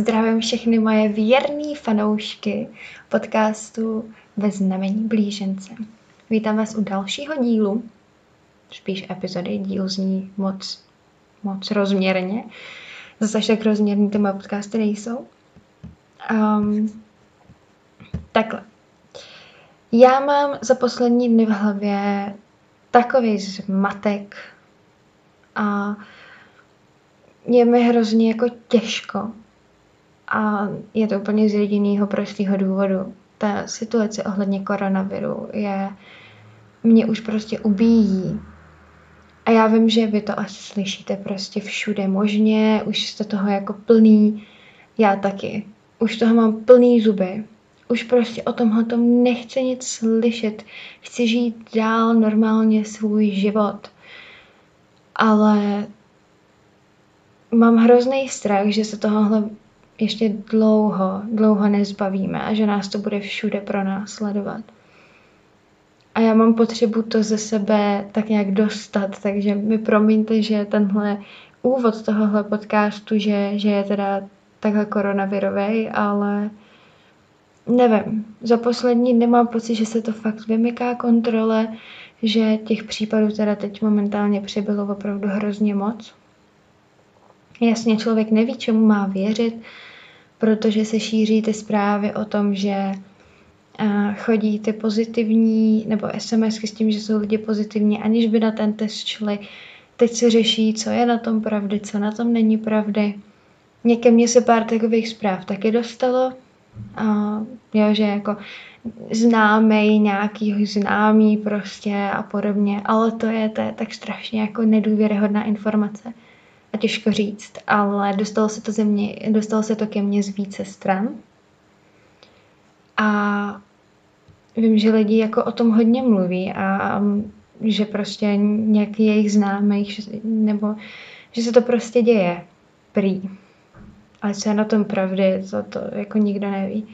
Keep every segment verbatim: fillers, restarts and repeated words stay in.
Zdravím všechny moje věrný fanoušky podcastu Ve znamení blížence. Vítám vás u dalšího dílu, spíš epizody, díl zní moc, moc rozměrně. Zase až tak rozměrný ty moje podcasty nejsou. Um, takhle. Já mám za poslední dny v hlavě takový zmatek a je mi hrozně jako těžko. A je to úplně z jediného prostého důvodu. Ta situace ohledně koronaviru je, mě už prostě ubíjí. A já vím, že vy to asi slyšíte prostě všude možně, už jste toho jako plný, já taky. Už toho mám plný zuby. Už prostě o tomhletom nechci nic slyšet. Chci žít dál normálně svůj život. Ale mám hrozný strach, že se tohohle ještě dlouho, dlouho nezbavíme a že nás to bude všude pronásledovat. A já mám potřebu to ze sebe tak nějak dostat, takže mi promiňte, že tenhle úvod tohohle podcastu, že, že je teda takhle koronavirovej, ale nevím. Za poslední dny mám pocit, že se to fakt vymyká kontrole, že těch případů teda teď momentálně přibylo opravdu hrozně moc. Jasně, člověk neví, čemu má věřit, protože se šíří ty zprávy o tom, že chodí ty pozitivní nebo SMSky s tím, že jsou lidi pozitivní, aniž by na ten test šli. Teď se řeší, co je na tom pravdy, co na tom není pravdy. Někde mě se pár takových zpráv taky dostalo, a, jo, že jako známej nějaký známý prostě a podobně, ale to je, to je tak strašně jako nedůvěryhodná informace. A těžko říct, ale dostalo se to, ze mě, dostalo se to ke mně z více stran. A vím, že lidi jako o tom hodně mluví a že prostě nějaký jejich známých, nebo že se to prostě děje. Prý. Ale co je na tom pravdy, to, to jako nikdo neví.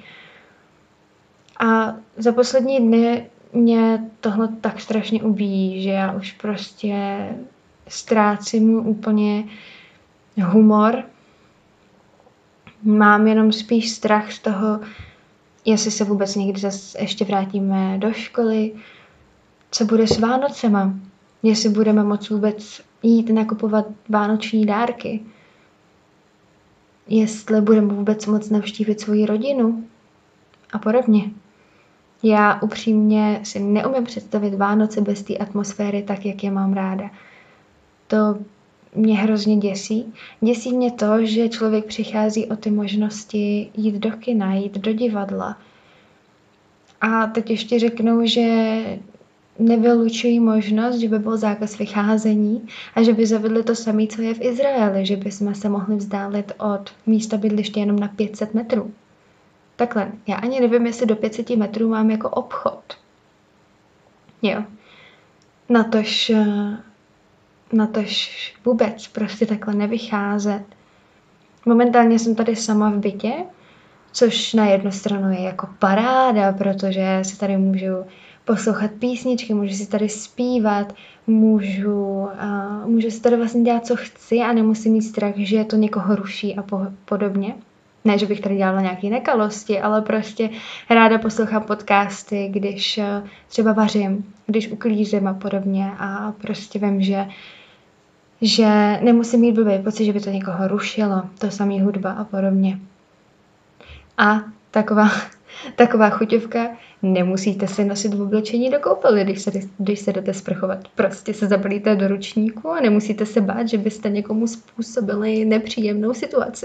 A za poslední dny mě tohle tak strašně ubíjí, že já už prostě ztrácím úplně humor. Mám jenom spíš strach z toho, jestli se vůbec někdy zase ještě vrátíme do školy, co bude s Vánocema, jestli budeme moct vůbec jít nakupovat vánoční dárky, jestli budeme vůbec moct navštívit svoji rodinu a podobně. Já upřímně si neumím představit Vánoce bez té atmosféry tak, jak je mám ráda. To mě hrozně děsí. Děsí mě to, že člověk přichází o ty možnosti jít do kina, jít do divadla. A teď ještě řeknou, že nevylučují možnost, že by byl zákaz vycházení a že by zavedli to samé, co je v Izraeli, že bychom se mohli vzdálit od místa bydliště jenom na pět set metrů. Takhle, já ani nevím, jestli do pět set metrů mám jako obchod. Jo. Natož... natož vůbec prostě takhle nevycházet. Momentálně jsem tady sama v bytě, což na jednu stranu je jako paráda, protože si tady můžu poslouchat písničky, můžu si tady zpívat, můžu, uh, můžu si tady vlastně dělat, co chci a nemusím mít strach, že to někoho ruší a po- podobně. Ne, že bych tady dělala nějaké nekalosti, ale prostě ráda poslouchám podcasty, když uh, třeba vařím, když uklízím a podobně a prostě vím, že že nemusím mít blbý pocit, že by to někoho rušilo, to samý hudba a podobně. A taková, taková chuťovka, nemusíte si nosit v oblečení do koupely, když se, když se jdete sprchovat. Prostě se zabalíte do ručníku a nemusíte se bát, že byste někomu způsobili nepříjemnou situaci.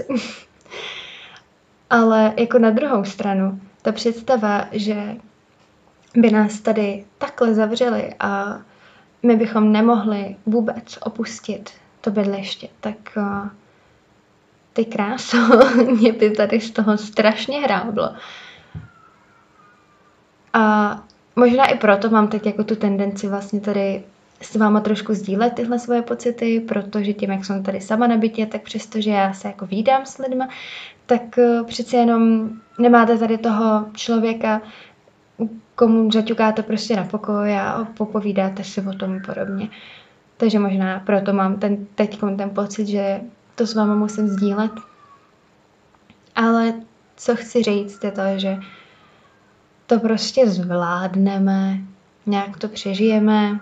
Ale jako na druhou stranu, ta představa, že by nás tady takhle zavřeli a my bychom nemohli vůbec opustit to bydliště, tak uh, ty kráso, mě by tady z toho strašně hráblo. A možná i proto mám teď jako tu tendenci vlastně tady s váma trošku sdílet tyhle svoje pocity, protože tím, jak jsem tady sama na bytě, tak přestože já se jako vídám s lidma, tak uh, přece jenom nemáte tady toho člověka, komu zaťukáte prostě na pokoj a popovídáte si o tom podobně. Takže možná proto mám ten, teď ten pocit, že to s váma musím sdílet. A co chci říct, je to, že to prostě zvládneme, nějak to přežijeme.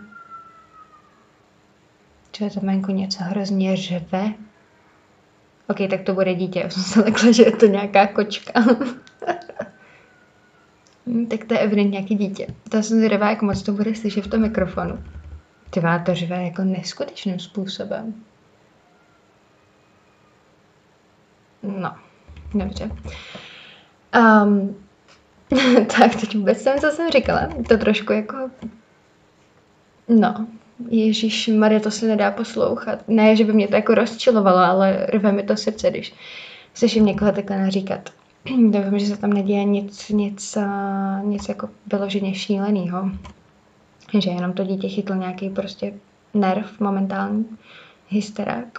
Čo tam venku něco hrozně řve. Ok, tak to bude dítě, já jsem se lekla, že je to nějaká kočka. Tak to je evidentně nějaký dítě. To jsem zvědavá, jak moc to bude slyšet v tom mikrofonu. Ty má to řve jako neskutečným způsobem. No, dobře. Um, tak teď vůbec jsem, co jsem říkala. To trošku jako... No, Ježišmarja, to se nedá poslouchat. Ne, že by mě to jako rozčilovalo, ale rve mi to srdce, když slyším někoho takhle naříkat. Doufám, že se tam neděje nic, nic, nic jako vyloženě šílenýho. Že jenom to dítě chytlo nějaký prostě nerv momentální, hysterák.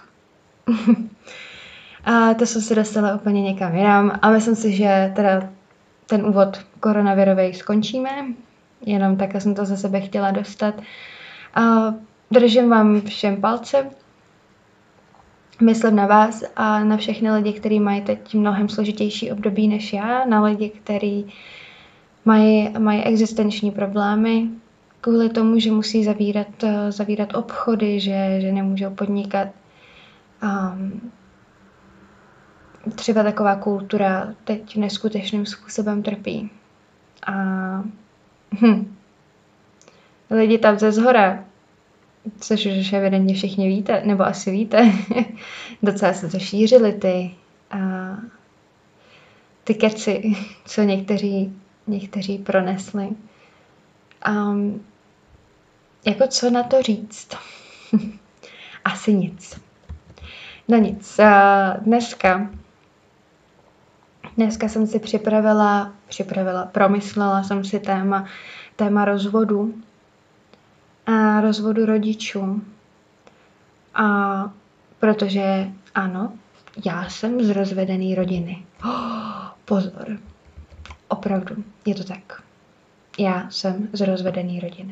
A to jsem se dostala úplně někam jinam. A myslím si, že teda ten úvod koronavirovej skončíme. Jenom tak jsem to za sebe chtěla dostat. A držím vám všem palce. Myslím na vás a na všechny lidi, kteří mají teď mnohem složitější období než já, na lidi, kteří mají, mají existenční problémy kvůli tomu, že musí zavírat, zavírat obchody, že, že nemůžou podnikat. Um, třeba taková kultura teď neskutečným způsobem trpí. A hm, lidi tam ze zhora, což už evidentně všichni víte, nebo asi víte, docela se to šířily ty, a, ty keci, co někteří, někteří pronesli. Um, jako co na to říct? Asi nic. No nic. Dneska, dneska jsem si připravila, připravila, promyslela jsem si téma, téma rozvodu a rozvodu rodičů. A protože ano, já jsem z rozvedené rodiny. Oh, pozor. Opravdu, je to tak. Já jsem z rozvedené rodiny.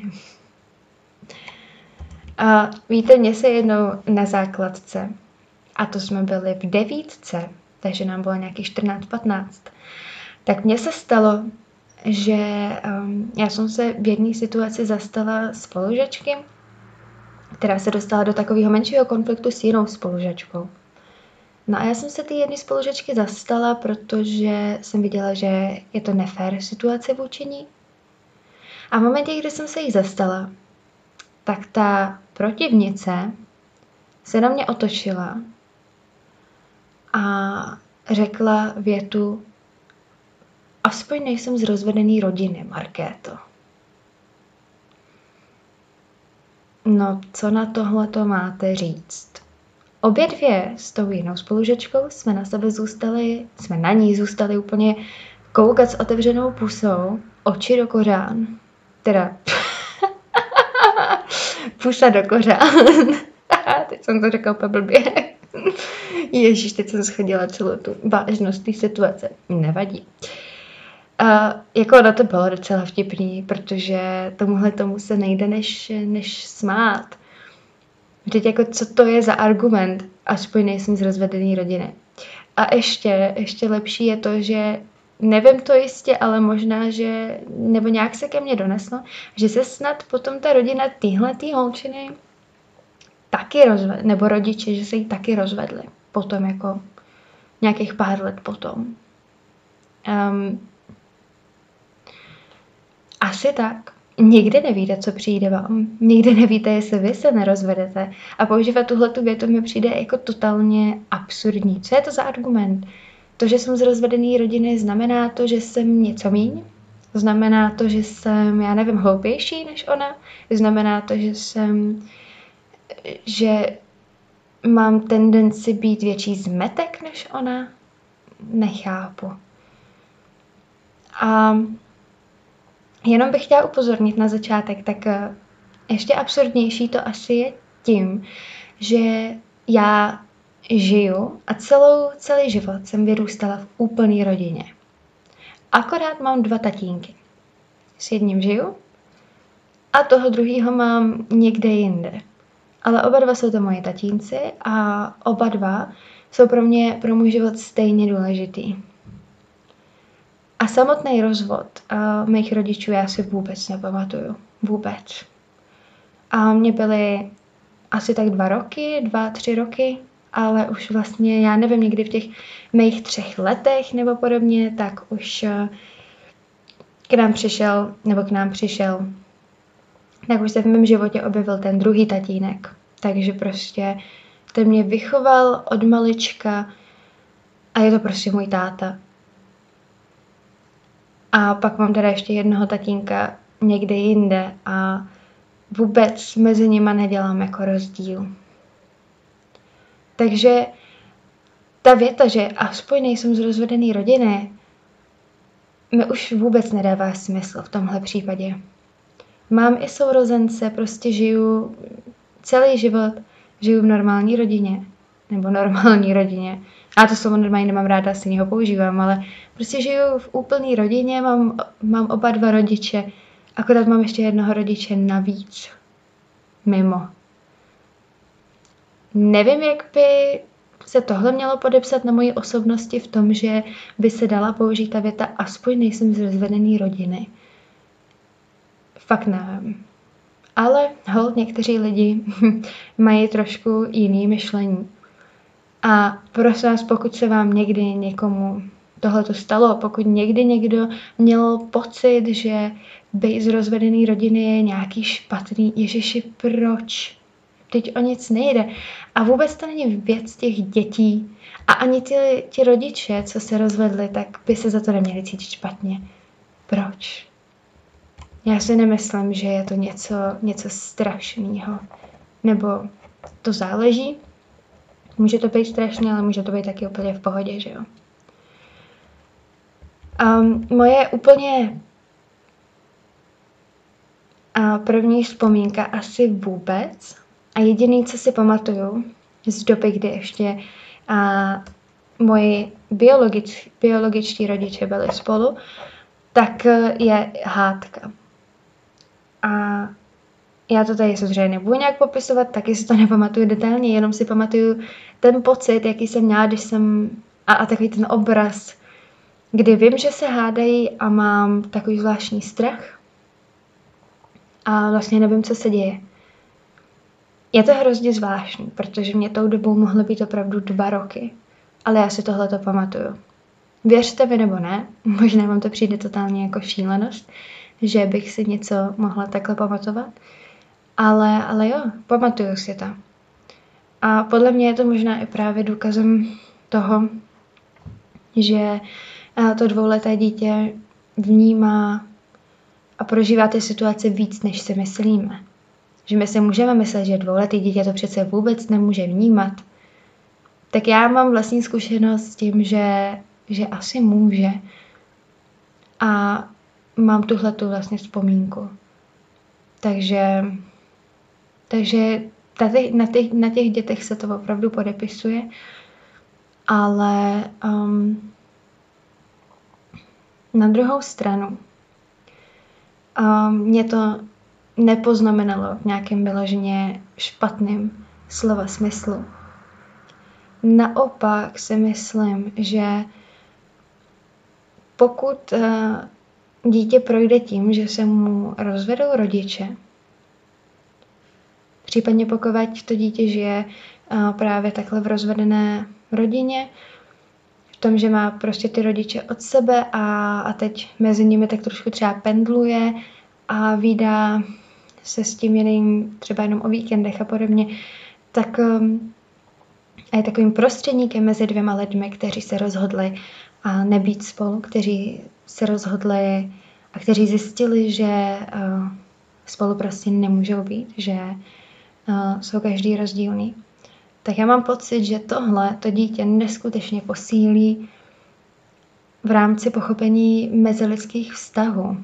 A víte, mě se jednou na základce, a to jsme byli v devítce, takže nám bylo nějaký čtrnáct patnáct, tak mně se stalo, že um, já jsem se v jedné situaci zastala spolužačky, která se dostala do takového menšího konfliktu s jinou spolužačkou. No a já jsem se ty jedné spolužačky zastala, protože jsem viděla, že je to nefér situace vůči ní. A v momentě, kdy jsem se jí zastala, tak ta protivnice se na mě otočila a řekla větu: aspoň nejsem z rozvedený rodiny, Markéto. No, co na tohle to máte říct? Obě dvě s tou jinou spolužačkou jsme na sebe zůstali, jsme na ní zůstali úplně koukat s otevřenou pusou, oči do kořán. Teda, pusa do kořán. Teď jsem to řekla úplně blbě. Ježíš, teď jsem schodila celou tu vážnost té situace. Nevadí. Uh, jako na to bylo docela vtipný, protože tomuhle tomu se nejde než, než smát. Teď jako, co to je za argument, aspoň nejsem z rozvedený rodiny. A ještě, ještě lepší je to, že nevím to jistě, ale možná, že, nebo nějak se ke mně doneslo, že se snad potom ta rodina týhletý holčiny taky rozvedla, nebo rodiče, že se jí taky rozvedli. Potom jako nějakých pár let potom. Um, asi tak. Nikdy nevíte, co přijde vám. Nikdy nevíte, jestli vy se nerozvedete. A používat tuhletu větu mi přijde jako totálně absurdní. Co je to za argument? To, že jsem z rozvedené rodiny, znamená to, že jsem něco míň? Znamená to, že jsem, já nevím, hloupější než ona? Znamená to, že jsem, že mám tendenci být větší zmetek než ona? Nechápu. A jenom bych chtěla upozornit na začátek, tak ještě absurdnější to asi je tím, že já žiju a celou, celý život jsem vyrůstala v úplné rodině. Akorát mám dva tatínky. S jedním žiju a toho druhého mám někde jinde. Ale oba dva jsou to moje tatínci a oba dva jsou pro mě, pro můj život stejně důležitý. A samotný rozvod uh, mých rodičů já si vůbec nepamatuju. Vůbec. A mě byly asi tak dva roky, dva, tři roky, ale už vlastně, já nevím, někdy v těch mých třech letech nebo podobně, tak už uh, k nám přišel, nebo k nám přišel, tak už se v mém životě objevil ten druhý tatínek. Takže prostě ten mě vychoval od malička a je to prostě můj táta. A pak mám teda ještě jednoho tatínka někde jinde a vůbec mezi nima nedělám jako rozdíl. Takže ta věta, že aspoň nejsem z rozvedený rodiny, mi už vůbec nedává smysl v tomhle případě. Mám i sourozence, prostě žiju celý život, žiju v normální rodině, nebo normální rodině. A to slovo normálně nemám ráda, asi ho používám, ale prostě žiju v úplný rodině, mám, mám oba dva rodiče, akorát mám ještě jednoho rodiče navíc, mimo. Nevím, jak by se tohle mělo podepsat na moji osobnosti v tom, že by se dala použít ta věta aspoň nejsem z rozvedený rodiny. Fakt nevím. Ale holt někteří lidi mají trošku jiný myšlení. A prosím vás, pokud se vám někdy někomu tohleto stalo, pokud někdy někdo měl pocit, že být z rozvedený rodiny je nějaký špatný, ježiši, proč? Teď o nic nejde. A vůbec to není věc těch dětí. A ani ti, ti rodiče, co se rozvedli, tak by se za to neměli cítit špatně. Proč? Já si nemyslím, že je to něco, něco strašného. Nebo to záleží. Může to být strašně, ale může to být taky úplně v pohodě, že jo. Um, moje úplně uh, první vzpomínka asi vůbec a jediný, co si pamatuju z doby, kdy ještě uh, moji biologič, biologičtí rodiče byli spolu, tak uh, je hádka. A já to tady samozřejmě nebudu nějak popisovat, taky si to nepamatuju detailně, jenom si pamatuju ten pocit, jaký jsem měla, když jsem, a, a takový ten obraz, kdy vím, že se hádají a mám takový zvláštní strach a vlastně nevím, co se děje. Je to hrozně zvláštní, protože mě tou dobou mohly být opravdu dva roky, ale já si tohle to pamatuju. Věřte mi nebo ne, možná vám to přijde totálně jako šílenost, že bych si něco mohla takhle pamatovat, ale, ale jo, pamatuju si to. A podle mě je to možná i právě důkazem toho, že to dvouleté dítě vnímá a prožívá ty situace víc, než si myslíme. Že my si můžeme myslet, že dvouletý dítě to přece vůbec nemůže vnímat. Tak já mám vlastní zkušenost s tím, že, že asi může. A mám tuhletu vlastně vzpomínku. Takže, takže na těch, na těch dětech se to opravdu podepisuje, ale um, na druhou stranu um, mě to nepoznamenalo v nějakém vyloženě špatném slova smyslu. Naopak si myslím, že pokud uh, dítě projde tím, že se mu rozvedou rodiče, případně pokud to dítě žije uh, právě takhle v rozvedené rodině, v tom, že má prostě ty rodiče od sebe a, a teď mezi nimi tak trošku třeba pendluje a vídá se s tím jiným třeba jenom o víkendech a podobně, tak um, a je takovým prostředníkem mezi dvěma lidmi, kteří se rozhodli a nebýt spolu, kteří se rozhodli a kteří zjistili, že uh, spolu prostě nemůžou být, že uh, jsou každý rozdílný. Tak já mám pocit, že tohle to dítě neskutečně posílí v rámci pochopení mezilidských vztahů.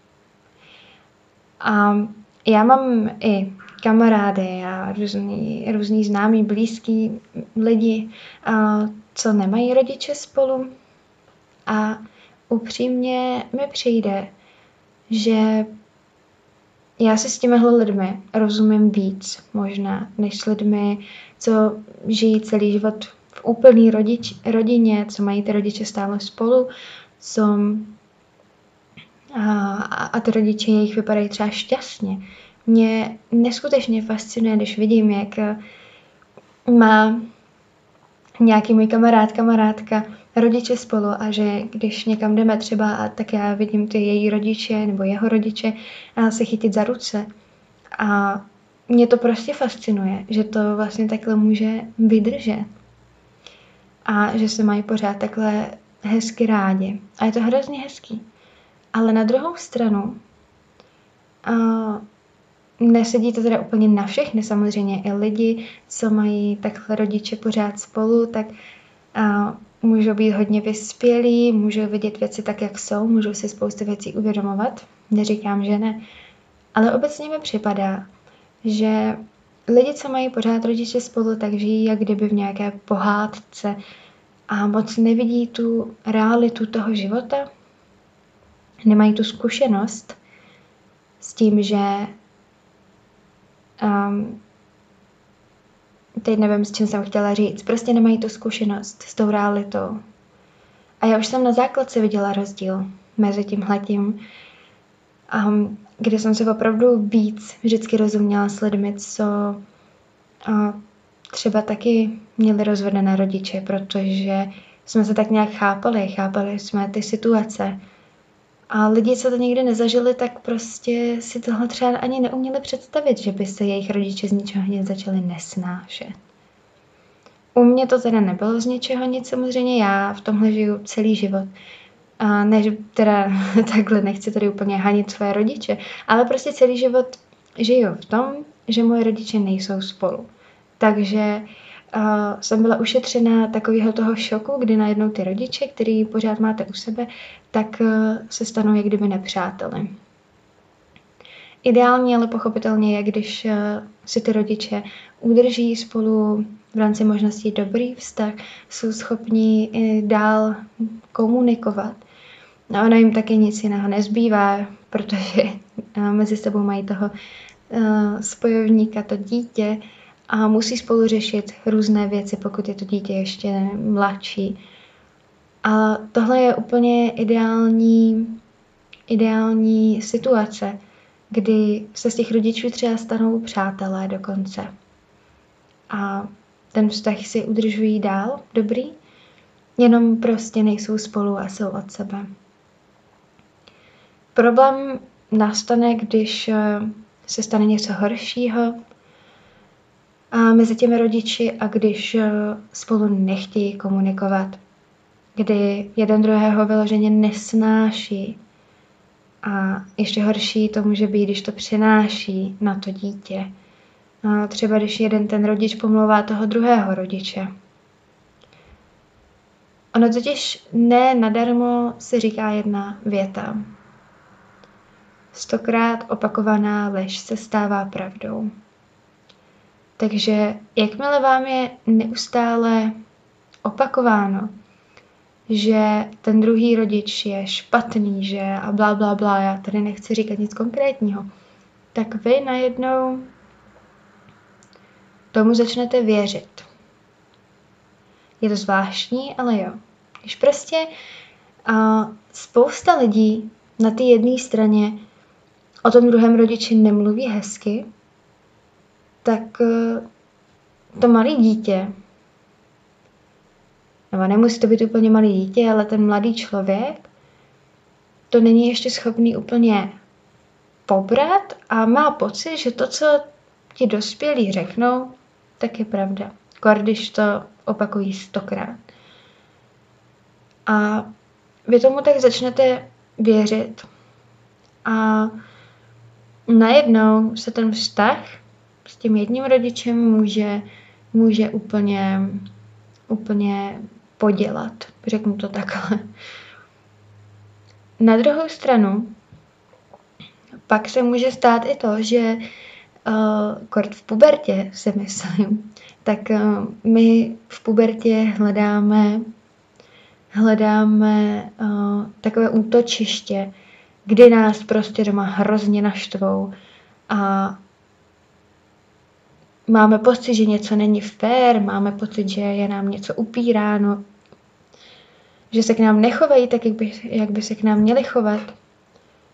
A já mám i kamarády a různý, různý známí, blízký lidi, a co nemají rodiče spolu. A upřímně mi přijde, že já si s těmihle lidmi rozumím víc možná, než s lidmi, co žijí celý život v úplný rodič, rodině, co mají ty rodiče stále spolu, co a, a ty rodiče jejich vypadají třeba šťastně. Mě neskutečně fascinuje, když vidím, jak má nějaký můj kamarád, kamarádka, rodiče spolu a že když někam jdeme třeba, tak já vidím ty její rodiče nebo jeho rodiče a se chytit za ruce. A mě to prostě fascinuje, že to vlastně takhle může vydržet. A že se mají pořád takhle hezky rádi. A je to hrozně hezký. Ale na druhou stranu a nesedí to teda úplně na všechny, samozřejmě i lidi, co mají takhle rodiče pořád spolu, tak a můžou být hodně vyspělí, můžou vidět věci tak, jak jsou, můžou si spoustu věcí uvědomovat, neříkám, že ne, ale obecně mi připadá, že lidi, co mají pořád rodiče spolu, tak žijí jak kdyby v nějaké pohádce a moc nevidí tu realitu toho života, nemají tu zkušenost s tím, že um, teď nevím, s čím jsem chtěla říct, prostě nemají tu zkušenost s tou realitou. A já už jsem na základce viděla rozdíl mezi tímhletím, um, kde jsem se opravdu víc vždycky rozuměla s lidmi, co uh, třeba taky měli rozvedené rodiče, protože jsme se tak nějak chápali, chápali jsme ty situace. A lidi, co to nikdy nezažili, tak prostě si tohle třeba ani neuměli představit, že by se jejich rodiče z ničeho nic začali nesnášet. U mě to teda nebylo z ničeho nic, samozřejmě já v tomhle žiju celý život. A ne, že teda takhle nechci tady úplně hanit své rodiče, ale prostě celý život žiju v tom, že moje rodiče nejsou spolu. Takže uh, jsem byla ušetřena takového toho šoku, kdy najednou ty rodiče, který pořád máte u sebe, tak uh, se stanou jak kdyby nepřáteli. Ideální, ale pochopitelně je, když uh, si ty rodiče udrží spolu v rámci možností dobrý vztah, jsou schopní i dál komunikovat. A ono jim taky nic jiného nezbývá, protože uh, mezi sebou mají toho uh, spojovníka, to dítě, a musí spolu řešit různé věci, pokud je to dítě ještě mladší. A tohle je úplně ideální, ideální situace, kdy se z těch rodičů třeba stanou přátelé dokonce. A ten vztah si udržují dál, dobrý, jenom prostě nejsou spolu a jsou od sebe. Problém nastane, když se stane něco horšího a mezi těmi rodiči a když spolu nechtějí komunikovat, kdy jeden druhého vyloženě nesnáší. A ještě horší to může být, když to přenáší na to dítě. A třeba když jeden ten rodič pomlouvá toho druhého rodiče. Ono totiž ne nadarmo se říká jedna věta. Stokrát opakovaná lež se stává pravdou. Takže jakmile vám je neustále opakováno, že ten druhý rodič je špatný, že a blá, blá, blá, já tady nechci říkat nic konkrétního, tak vy najednou tomu začnete věřit. Je to zvláštní, ale jo. Když prostě a spousta lidí na té jedné straně o tom druhém rodiči nemluví hezky, tak to malé dítě, nebo nemusí to být úplně malé dítě, ale ten mladý člověk to není ještě schopný úplně pobrat a má pocit, že to, co ti dospělí řeknou, tak je pravda. Kor, když to opakují stokrát. A vy tomu tak začnete věřit. A najednou se ten vztah s tím jedním rodičem může, může úplně, úplně podělat. Řeknu to takhle. Na druhou stranu pak se může stát i to, že uh, kort v pubertě, si myslím, tak uh, my v pubertě hledáme, hledáme uh, takové útočiště, kdy nás prostě doma hrozně naštvou a máme pocit, že něco není fér, máme pocit, že je nám něco upíráno, že se k nám nechovají tak, jak by, jak by se k nám měli chovat.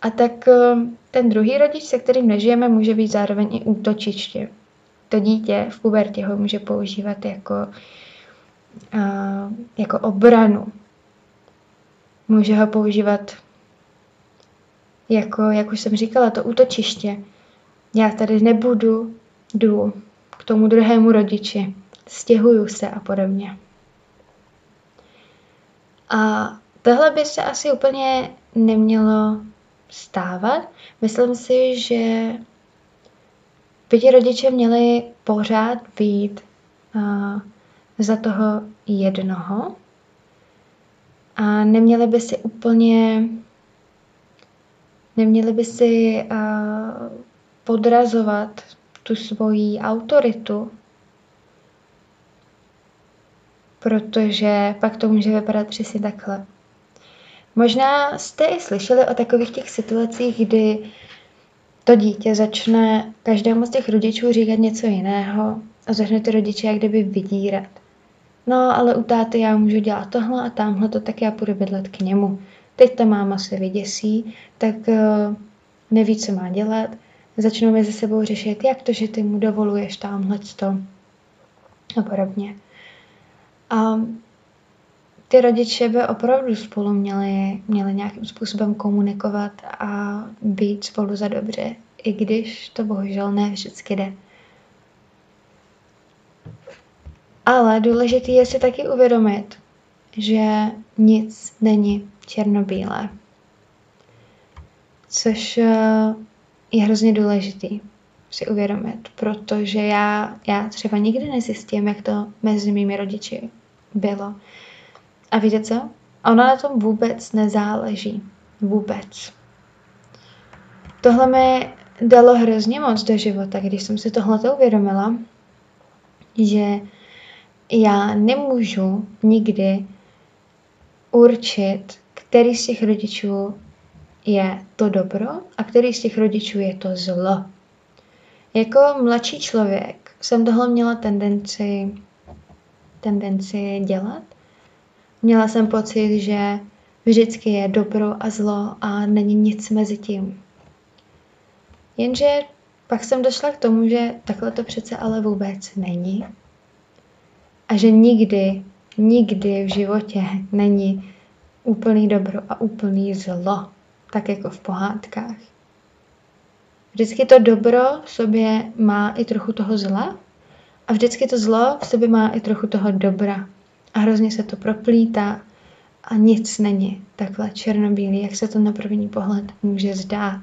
A tak ten druhý rodič, se kterým nežijeme, může být zároveň i útočiště. To dítě v pubertě ho může používat jako, uh, jako obranu. Může ho používat jako, jak už jsem říkala, to útočiště. Já tady nebudu, jdu k tomu druhému rodiči, stěhuju se a podobně. A tohle by se asi úplně nemělo stávat. Myslím si, že by ti rodiče měli pořád být uh, za toho jednoho a neměli by si úplně, neměli by si uh, podrazovat tu svoji autoritu, protože pak to může vypadat přesně takhle. Možná jste i slyšeli o takových těch situacích, kdy to dítě začne každému z těch rodičů říkat něco jiného a začne ty rodiče jak kdyby vydírat. No, ale u táty já můžu dělat tohle a tamhle to, tak já půjdu bydlet k němu. Teď ta máma se vyděsí, tak uh, neví, co má dělat. Začnou mezi sebou řešit, jak to, že ty mu dovoluješ tamhleto a podobně. A ty rodiče by opravdu spolu měli, měli nějakým způsobem komunikovat a být spolu za dobře, i když to bohužel ne vždycky jde. Ale důležité je si taky uvědomit, že nic není černobílé. Což je hrozně důležitý si uvědomit, protože já, já třeba nikdy nezjistím, jak to mezi mými rodiči bylo. A víte co? Ono na tom vůbec nezáleží. Vůbec. Tohle mi dalo hrozně moc do života, když jsem si tohleto uvědomila, že já nemůžu nikdy určit, který z těch rodičů je to dobro a který z těch rodičů je to zlo. Jako mladší člověk jsem tohle měla tendenci, tendenci dělat. Měla jsem pocit, že vždycky je dobro a zlo a není nic mezi tím. Jenže pak jsem došla k tomu, že takhle to přece ale vůbec není. A že nikdy, nikdy v životě není úplný dobro a úplný zlo, tak jako v pohádkách. Vždycky to dobro v sobě má i trochu toho zla a vždycky to zlo v sobě má i trochu toho dobra. A hrozně se to proplítá a nic není takhle černobílý, jak se to na první pohled může zdát.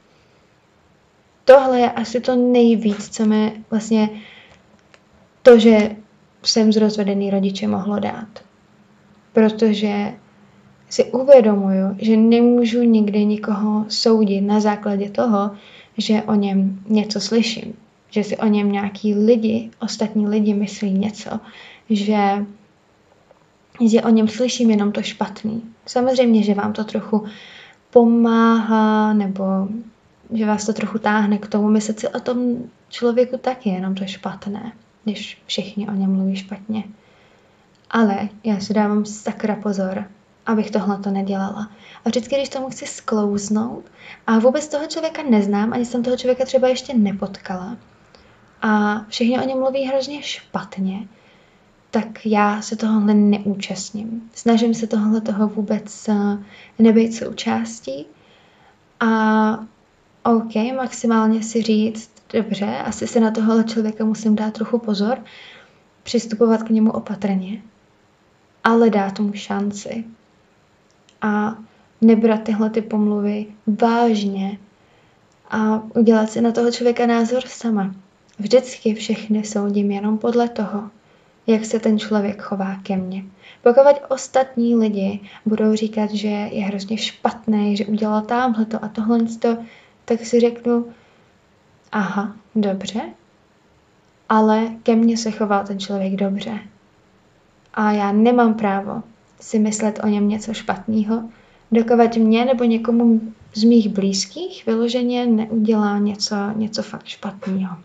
Tohle je asi to nejvíc, co mi vlastně to, že jsem z rozvedený rodiče, mohlo dát. Protože si uvědomuju, že nemůžu nikdy nikoho soudit na základě toho, že o něm něco slyším. Že si o něm nějaký lidi, ostatní lidi myslí něco. Že, že o něm slyším jenom to špatný. Samozřejmě, že vám to trochu pomáhá, nebo že vás to trochu táhne k tomu myslet si o tom člověku taky jenom to špatné, když všichni o něm mluví špatně. Ale já si dávám sakra pozor, abych tohle to nedělala. A vždycky, když tomu chci sklouznout a vůbec toho člověka neznám, ani jsem toho člověka třeba ještě nepotkala a všichni o něm mluví hrozně špatně, tak já se tohohle neúčastním. Snažím se tohle toho vůbec nebejt součástí a OK, maximálně si říct, dobře, asi se na tohle člověka musím dát trochu pozor, přistupovat k němu opatrně, ale dát mu šanci a nebrat tyhle ty pomluvy vážně a udělat si na toho člověka názor sama. Vždycky všechny soudím jenom podle toho, jak se ten člověk chová ke mně. Pokud ostatní lidi budou říkat, že je hrozně špatný, že udělal támhleto a tohle, tak si řeknu, aha, dobře, ale ke mně se chová ten člověk dobře. A já nemám právo si myslet o něm něco špatného, dokud mě nebo někomu z mých blízkých vyloženě neudělá něco, něco fakt špatného.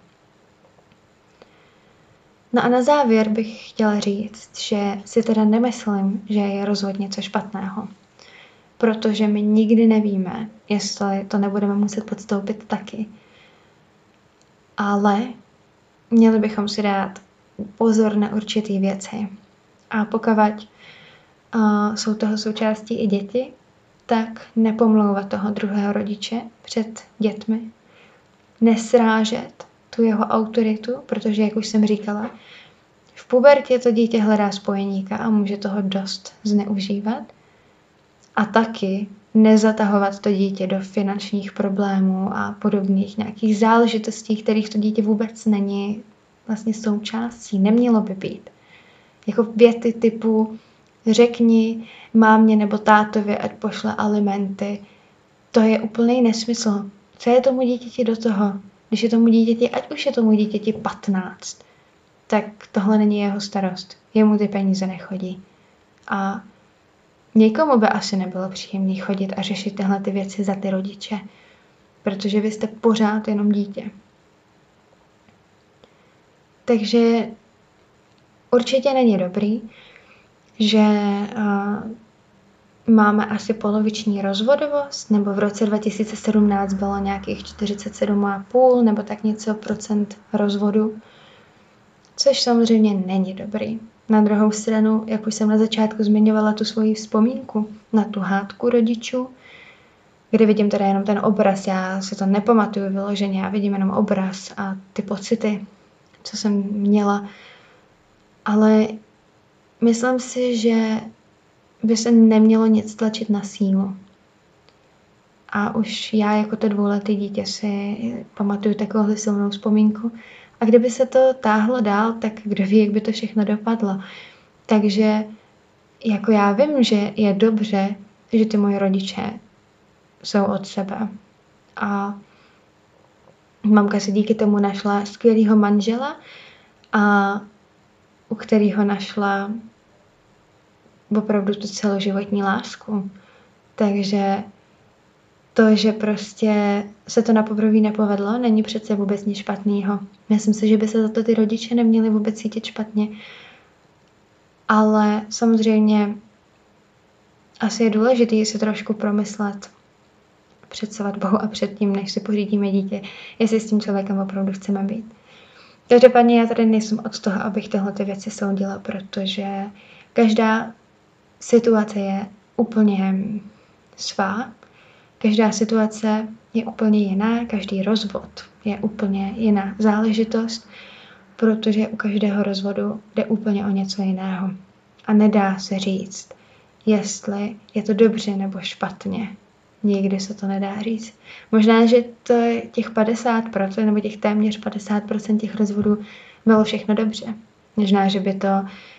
No a na závěr bych chtěla říct, že si teda nemyslím, že je rozvod něco špatného. protože my nikdy nevíme, jestli to nebudeme muset podstoupit taky. Ale měli bychom si dát pozor na určitý věci. A pokud uh, jsou toho součástí i děti, tak nepomlouvat toho druhého rodiče před dětmi. Nesrážet tu jeho autoritu, protože, jak už jsem říkala, v pubertě to dítě hledá spojeníka a může toho dost zneužívat. A taky nezatahovat to dítě do finančních problémů a podobných nějakých záležitostí, kterých to dítě vůbec není vlastně součástí, nemělo by být. Jako věty typu řekni mámě nebo tátovi, ať pošle alimenty. To je úplný nesmysl. Co je tomu dítěti do toho? Když je tomu dítěti, ať už je tomu dítěti patnáct, tak tohle není jeho starost. Jemu ty peníze nechodí. A někomu by asi nebylo příjemné chodit a řešit tyhle ty věci za ty rodiče, protože vy jste pořád jenom dítě. Takže určitě není dobrý, že uh, máme asi poloviční rozvodovost, nebo v roce dva tisíce sedmnáct bylo nějakých čtyřicet sedm celá pět nebo tak něco procent rozvodu, což samozřejmě není dobrý. Na druhou stranu, jak už jsem na začátku zmiňovala tu svoji vzpomínku na tu hádku rodičů, kdy vidím teda jenom ten obraz, já si to nepamatuju vyloženě, já vidím jenom obraz a ty pocity, co jsem měla, ale myslím si, že by se nemělo nic tlačit na sílu. A už já jako to dvouletý dítě si pamatuju takovou silnou vzpomínku. A kdyby se to táhlo dál, tak kdo ví, jak by to všechno dopadlo. Takže jako já vím, že je dobře, že ty moji rodiče jsou od sebe. A mamka si díky tomu našla skvělýho manžela, a u kterého našla opravdu tu celoživotní lásku. Takže to, že prostě se to na poprvé nepovedlo, není přece vůbec nic špatného. Myslím si, že by se za to ty rodiče neměli vůbec cítit špatně. Ale samozřejmě asi je důležité si trošku promyslet před svatbou a před tím, než si pořídíme dítě, jestli s tím člověkem opravdu chceme být. Každopádně já tady nejsem od toho, abych tyhle ty věci soudila, protože každá situace je úplně svá. Každá situace je úplně jiná, každý rozvod je úplně jiná záležitost, protože u každého rozvodu jde úplně o něco jiného. A nedá se říct, jestli je to dobře nebo špatně. Nikdy se to nedá říct. Možná, že to je těch padesát procent nebo těch téměř padesát procent těch rozvodů bylo všechno dobře. Možná, že by to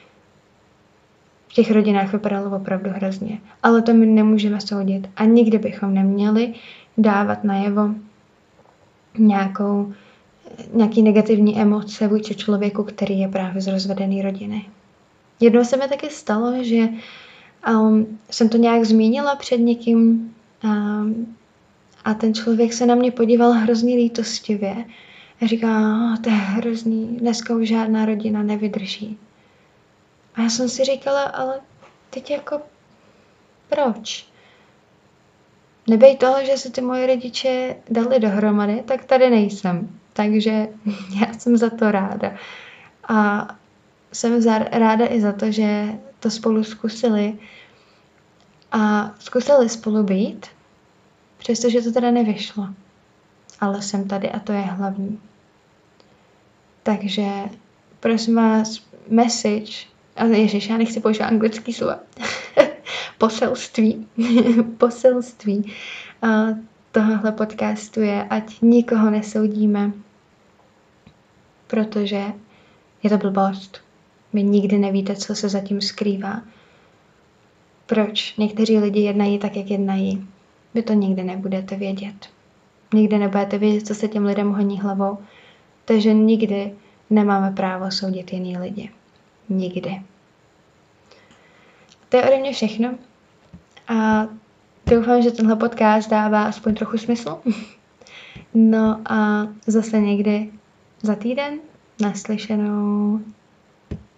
v těch rodinách vypadalo opravdu hrozně. Ale to my nemůžeme soudit. A nikdy bychom neměli dávat najevo nějakou, nějaký negativní emoce vůči člověku, který je právě z rozvedené rodiny. Jednou se mi taky stalo, že um, jsem to nějak zmínila před někým um, a ten člověk se na mě podíval hrozně lítostivě a říká, oh, to je hrozný, dneska už žádná rodina nevydrží. A já jsem si říkala, ale teď jako proč? Nebej toho, že se ty moje rodiče dali dohromady, tak tady nejsem. Takže já jsem za to ráda. A jsem za, ráda i za to, že to spolu zkusili a zkusili spolu být, přestože to teda nevyšlo. Ale jsem tady a to je hlavní. Takže prosím vás, message, a ježiš, já nechci používat anglický slova, poselství, poselství a tohohle podcastu je, ať nikoho nesoudíme, protože je to blbost. Vy nikdy nevíte, co se zatím skrývá. Proč někteří lidi jednají tak, jak jednají. Vy to nikdy nebudete vědět. Nikdy nebudete vědět, co se těm lidem honí hlavou. Takže nikdy nemáme právo soudit jiný lidi. Nikdy. To je ode mě všechno. A doufám, že tenhle podcast dává aspoň trochu smysl. No a zase někdy za týden naslyšenou.